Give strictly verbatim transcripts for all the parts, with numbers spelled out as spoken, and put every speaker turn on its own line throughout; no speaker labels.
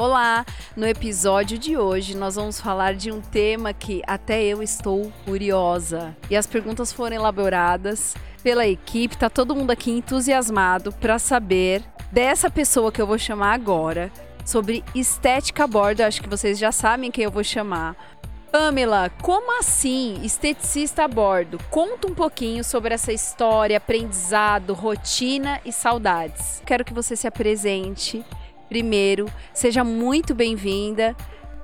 Olá! No episódio de hoje nós vamos falar de um tema que até eu estou curiosa. E as perguntas foram elaboradas pela equipe, tá todo mundo aqui entusiasmado para saber dessa pessoa que eu vou chamar agora, sobre estética a bordo. Eu acho que vocês já sabem quem eu vou chamar. Pamela, como assim esteticista a bordo? Conta um pouquinho sobre essa história, aprendizado, rotina e saudades. Quero que você se apresente primeiro. Seja muito bem-vinda.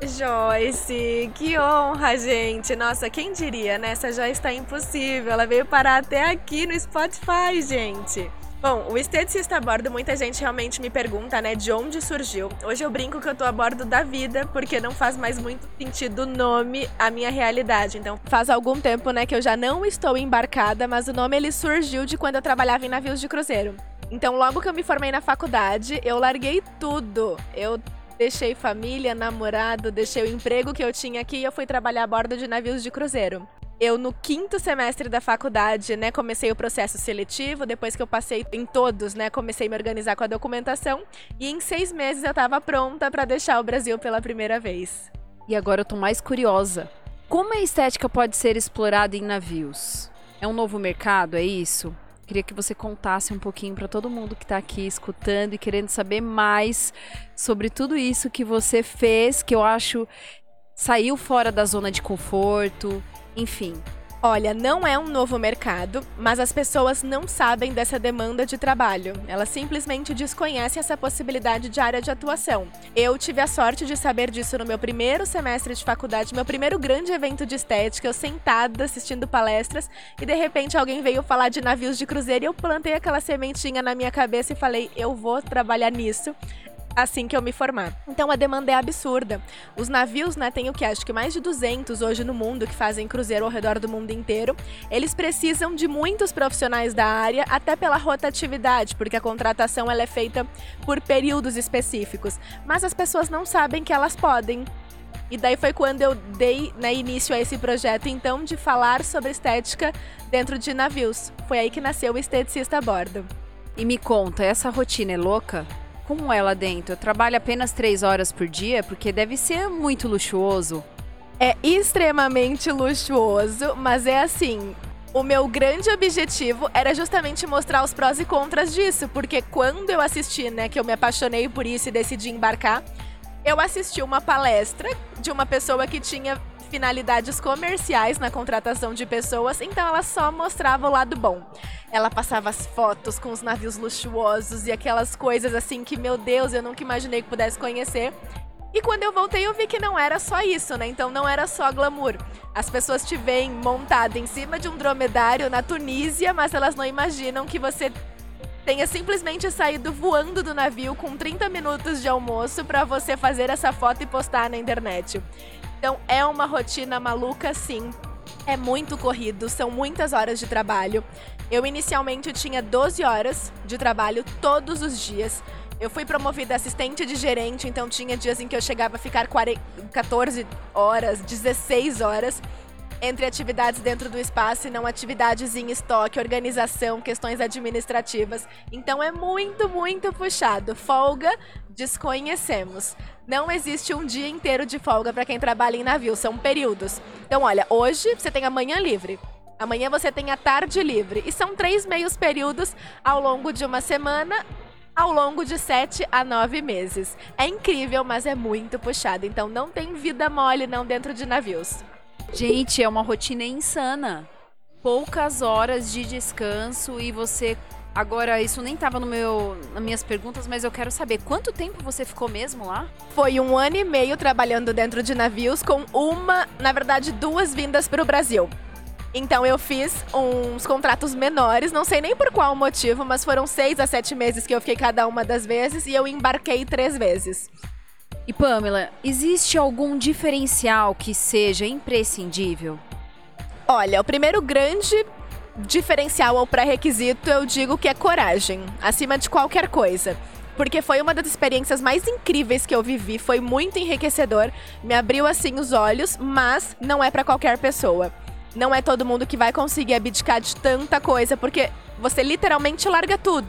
Joyce, que honra, gente. Nossa, quem diria, né? Essa Joyce está impossível. Ela veio parar até aqui no Spotify, gente. Bom, o esteticista a bordo, muita gente realmente me pergunta, né, de onde surgiu. Hoje eu brinco que eu tô a bordo da vida, porque não faz mais muito sentido o nome à minha realidade. Então, faz algum tempo, né, que eu já não estou embarcada, mas o nome ele surgiu de quando eu trabalhava em navios de cruzeiro. Então, logo que eu me formei na faculdade, eu larguei tudo. Eu deixei família, namorado, deixei o emprego que eu tinha aqui e eu fui trabalhar a bordo de navios de cruzeiro. Eu, no quinto semestre da faculdade, né, comecei o processo seletivo. Depois que eu passei em todos, né, comecei a me organizar com a documentação. E em seis meses eu estava pronta para deixar o Brasil pela primeira vez.
E agora eu tô mais curiosa. Como a estética pode ser explorada em navios? É um novo mercado, é isso? Queria que você contasse um pouquinho para todo mundo que está aqui escutando e querendo saber mais sobre tudo isso que você fez, que eu acho saiu fora da zona de conforto, enfim.
Olha, não é um novo mercado, mas as pessoas não sabem dessa demanda de trabalho. Elas simplesmente desconhecem essa possibilidade de área de atuação. Eu tive a sorte de saber disso no meu primeiro semestre de faculdade, meu primeiro grande evento de estética, eu sentada assistindo palestras e de repente alguém veio falar de navios de cruzeiro e eu plantei aquela sementinha na minha cabeça e falei, eu vou trabalhar nisso assim que eu me formar. Então a demanda é absurda. Os navios, né, tem o que? Acho que mais de duzentos hoje no mundo que fazem cruzeiro ao redor do mundo inteiro. Eles precisam de muitos profissionais da área, até pela rotatividade, porque a contratação ela é feita por períodos específicos. Mas as pessoas não sabem que elas podem. E daí foi quando eu dei, né, início a esse projeto, então, de falar sobre estética dentro de navios. Foi aí que nasceu o Esteticista a Bordo.
E me conta, essa rotina é louca? Como é lá dentro? Eu trabalho apenas três horas por dia? Porque deve ser muito luxuoso.
É extremamente luxuoso, mas é assim, o meu grande objetivo era justamente mostrar os prós e contras disso, porque quando eu assisti, né, que eu me apaixonei por isso e decidi embarcar, eu assisti uma palestra de uma pessoa que tinha finalidades comerciais na contratação de pessoas, então ela só mostrava o lado bom. Ela passava as fotos com os navios luxuosos e aquelas coisas assim que, meu Deus, eu nunca imaginei que pudesse conhecer. E quando eu voltei eu vi que não era só isso, né? Então não era só glamour. As pessoas te veem montada em cima de um dromedário na Tunísia, mas elas não imaginam que você tenha simplesmente saído voando do navio com trinta minutos de almoço para você fazer essa foto e postar na internet. Então é uma rotina maluca, sim. É muito corrido, são muitas horas de trabalho. Eu inicialmente tinha doze horas de trabalho todos os dias. Eu fui promovida assistente de gerente, então tinha dias em que eu chegava a ficar quatorze horas, dezesseis horas, entre atividades dentro do espaço e não atividades em estoque, organização, questões administrativas. Então é muito, muito puxado. Folga, desconhecemos. Não existe um dia inteiro de folga para quem trabalha em navio, são períodos. Então olha, hoje você tem a manhã livre. Amanhã você tem a tarde livre. E são três meios períodos ao longo de uma semana, ao longo de sete a nove meses. É incrível, mas é muito puxado. Então não tem vida mole não dentro de navios.
Gente, é uma rotina insana. Poucas horas de descanso e você... Agora, isso nem estava no meu, nas minhas perguntas, mas eu quero saber, quanto tempo você ficou mesmo lá?
Foi um ano e meio trabalhando dentro de navios com uma, na verdade, duas vindas para o Brasil. Então eu fiz uns contratos menores, não sei nem por qual motivo, mas foram seis a sete meses que eu fiquei cada uma das vezes e eu embarquei três vezes.
E Pamela, existe algum diferencial que seja imprescindível?
Olha, o primeiro grande diferencial ou pré-requisito eu digo que é coragem, acima de qualquer coisa. Porque foi uma das experiências mais incríveis que eu vivi, foi muito enriquecedor, me abriu assim os olhos, mas não é para qualquer pessoa. Não é todo mundo que vai conseguir abdicar de tanta coisa, porque você literalmente larga tudo.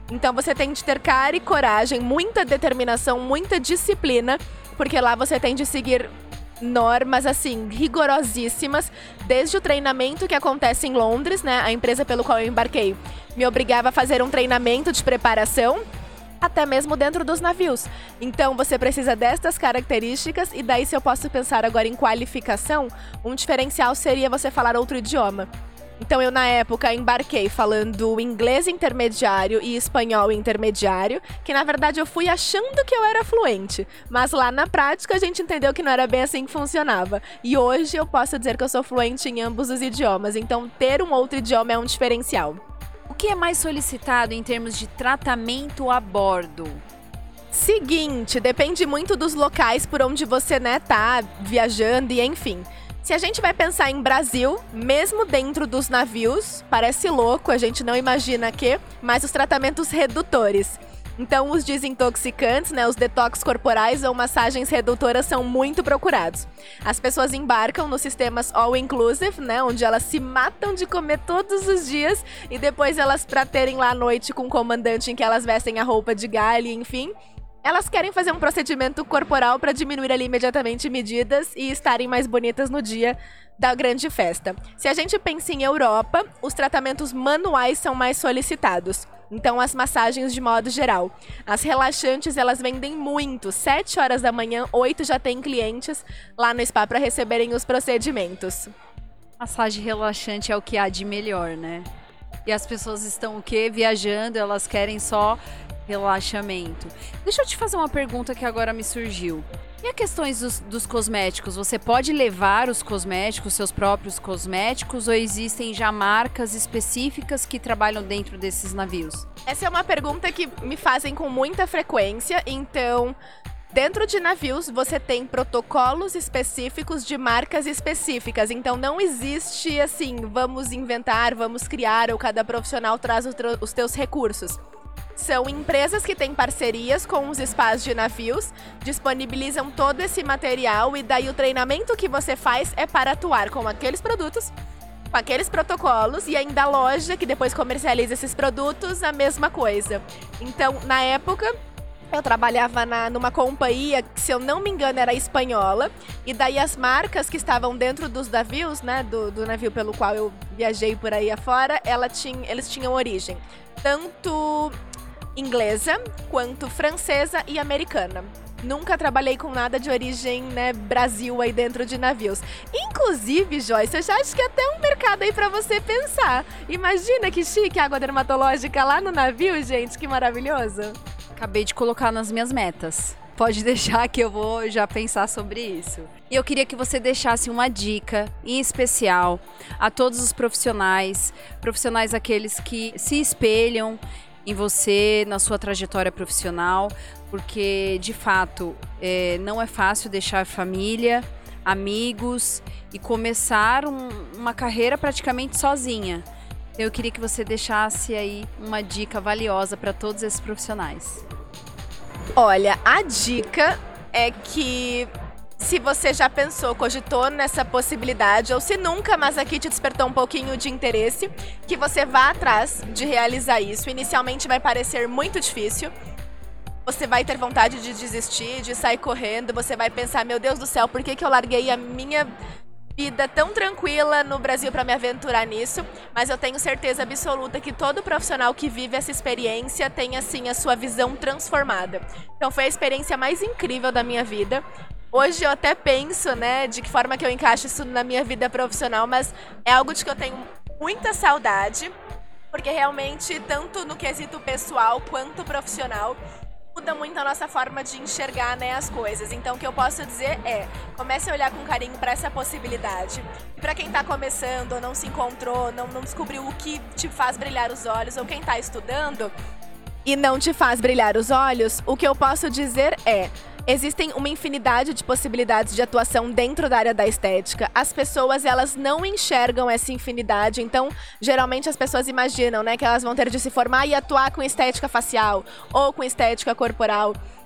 Então você tem de ter cara e coragem, muita determinação, muita disciplina, porque lá você tem de seguir normas, assim, rigorosíssimas, desde o treinamento que acontece em Londres, né? A empresa pelo qual eu embarquei me obrigava a fazer um treinamento de preparação, até mesmo dentro dos navios. Então, você precisa destas características, e daí, se eu posso pensar agora em qualificação, um diferencial seria você falar outro idioma. Então, eu, na época, embarquei falando inglês intermediário e espanhol intermediário, que, na verdade, eu fui achando que eu era fluente. Mas lá na prática, a gente entendeu que não era bem assim que funcionava. E hoje, eu posso dizer que eu sou fluente em ambos os idiomas. Então, ter um outro idioma é um diferencial.
O que é mais solicitado em termos de tratamento a bordo?
Seguinte, depende muito dos locais por onde você, né, tá viajando e enfim. Se a gente vai pensar em Brasil, mesmo dentro dos navios, parece louco, a gente não imagina que, mas os tratamentos redutores. Então, os desintoxicantes, né, os detox corporais ou massagens redutoras são muito procurados. As pessoas embarcam nos sistemas all-inclusive, né, onde elas se matam de comer todos os dias e depois elas, pra terem lá à noite com o comandante em que elas vestem a roupa de gala, enfim, elas querem fazer um procedimento corporal para diminuir ali imediatamente medidas e estarem mais bonitas no dia da grande festa. Se a gente pensa em Europa, os tratamentos manuais são mais solicitados. Então, as massagens de modo geral. As relaxantes, elas vendem muito. Sete horas da manhã, oito já tem clientes lá no spa para receberem os procedimentos.
Massagem relaxante é o que há de melhor, né? E as pessoas estão o quê? Viajando, elas querem só relaxamento. Deixa eu te fazer uma pergunta que agora me surgiu. E as questões dos, dos cosméticos? Você pode levar os cosméticos, seus próprios cosméticos, ou existem já marcas específicas que trabalham dentro desses navios?
Essa é uma pergunta que me fazem com muita frequência, então, dentro de navios você tem protocolos específicos de marcas específicas, então não existe assim, vamos inventar, vamos criar, ou cada profissional traz os teus recursos. São empresas que têm parcerias com os spas de navios, disponibilizam todo esse material e daí o treinamento que você faz é para atuar com aqueles produtos, com aqueles protocolos e ainda a loja que depois comercializa esses produtos, a mesma coisa. Então, na época, eu trabalhava na, numa companhia que, se eu não me engano, era espanhola, e daí as marcas que estavam dentro dos navios, né, do, do navio pelo qual eu viajei por aí afora, ela tinha, eles tinham origem tanto inglesa, quanto francesa e americana. Nunca trabalhei com nada de origem, né, Brasil aí dentro de navios. Inclusive, Joyce, eu já acho que é até um mercado aí pra você pensar. Imagina que chique a água dermatológica lá no navio, gente, que maravilhoso.
Acabei de colocar nas minhas metas. Pode deixar que eu vou já pensar sobre isso. E eu queria que você deixasse uma dica em especial a todos os profissionais, profissionais aqueles que se espelham em você, na sua trajetória profissional, porque, de fato, é, não é fácil deixar família, amigos e começar um, uma carreira praticamente sozinha. Eu queria que você deixasse aí uma dica valiosa para todos esses profissionais.
Olha, a dica é que, se você já pensou, cogitou nessa possibilidade, ou se nunca, mas aqui te despertou um pouquinho de interesse, que você vá atrás de realizar isso. Inicialmente vai parecer muito difícil, você vai ter vontade de desistir, de sair correndo, você vai pensar, meu Deus do céu, por que que eu larguei a minha vida tão tranquila no Brasil para me aventurar nisso? Mas eu tenho certeza absoluta que todo profissional que vive essa experiência tem, assim, a sua visão transformada. Então foi a experiência mais incrível da minha vida. Hoje eu até penso, né, de que forma que eu encaixo isso na minha vida profissional, mas é algo de que eu tenho muita saudade, porque realmente, tanto no quesito pessoal quanto profissional, muda muito a nossa forma de enxergar, né, as coisas. Então, o que eu posso dizer é, comece a olhar com carinho para essa possibilidade. E para quem está começando, ou não se encontrou, não, não descobriu o que te faz brilhar os olhos, ou quem está estudando e não te faz brilhar os olhos, o que eu posso dizer é, existem uma infinidade de possibilidades de atuação dentro da área da estética. As pessoas, elas não enxergam essa infinidade, então, geralmente as pessoas imaginam, né, que elas vão ter de se formar e atuar com estética facial ou com estética corporal.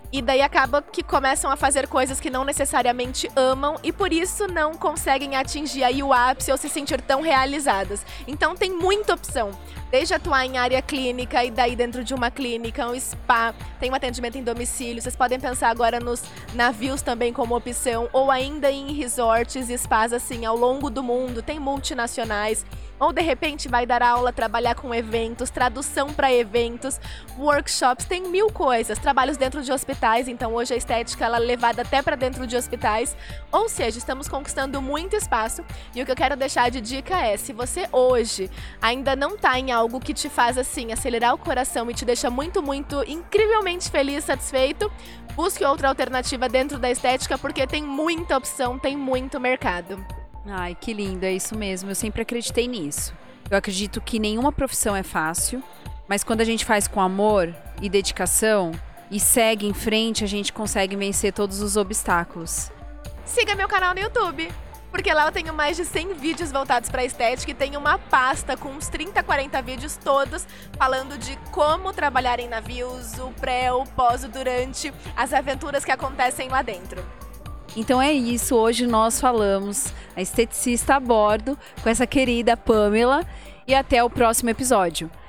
E daí acaba que começam a fazer coisas que não necessariamente amam e por isso não conseguem atingir aí o ápice ou se sentir tão realizadas. Então tem muita opção. Desde atuar em área clínica e daí dentro de uma clínica, um spa, tem um atendimento em domicílio. Vocês podem pensar agora nos navios também como opção, ou ainda em resorts e spas assim ao longo do mundo, tem multinacionais. Ou de repente vai dar aula, trabalhar com eventos, tradução para eventos, workshops, tem mil coisas. Trabalhos dentro de hospitais, então hoje a estética ela é levada até para dentro de hospitais. Ou seja, estamos conquistando muito espaço. E o que eu quero deixar de dica é, se você hoje ainda não está em algo que te faz assim acelerar o coração e te deixa muito, muito incrivelmente feliz, satisfeito, busque outra alternativa dentro da estética porque tem muita opção, tem muito mercado.
Ai, que lindo, é isso mesmo. Eu sempre acreditei nisso. Eu acredito que nenhuma profissão é fácil, mas quando a gente faz com amor e dedicação e segue em frente, a gente consegue vencer todos os obstáculos.
Siga meu canal no YouTube, porque lá eu tenho mais de cem vídeos voltados para estética e tenho uma pasta com uns trinta, quarenta vídeos todos falando de como trabalhar em navios, o pré, o pós, o durante, as aventuras que acontecem lá dentro.
Então é isso, hoje nós falamos a esteticista a bordo com essa querida Pamela e até o próximo episódio.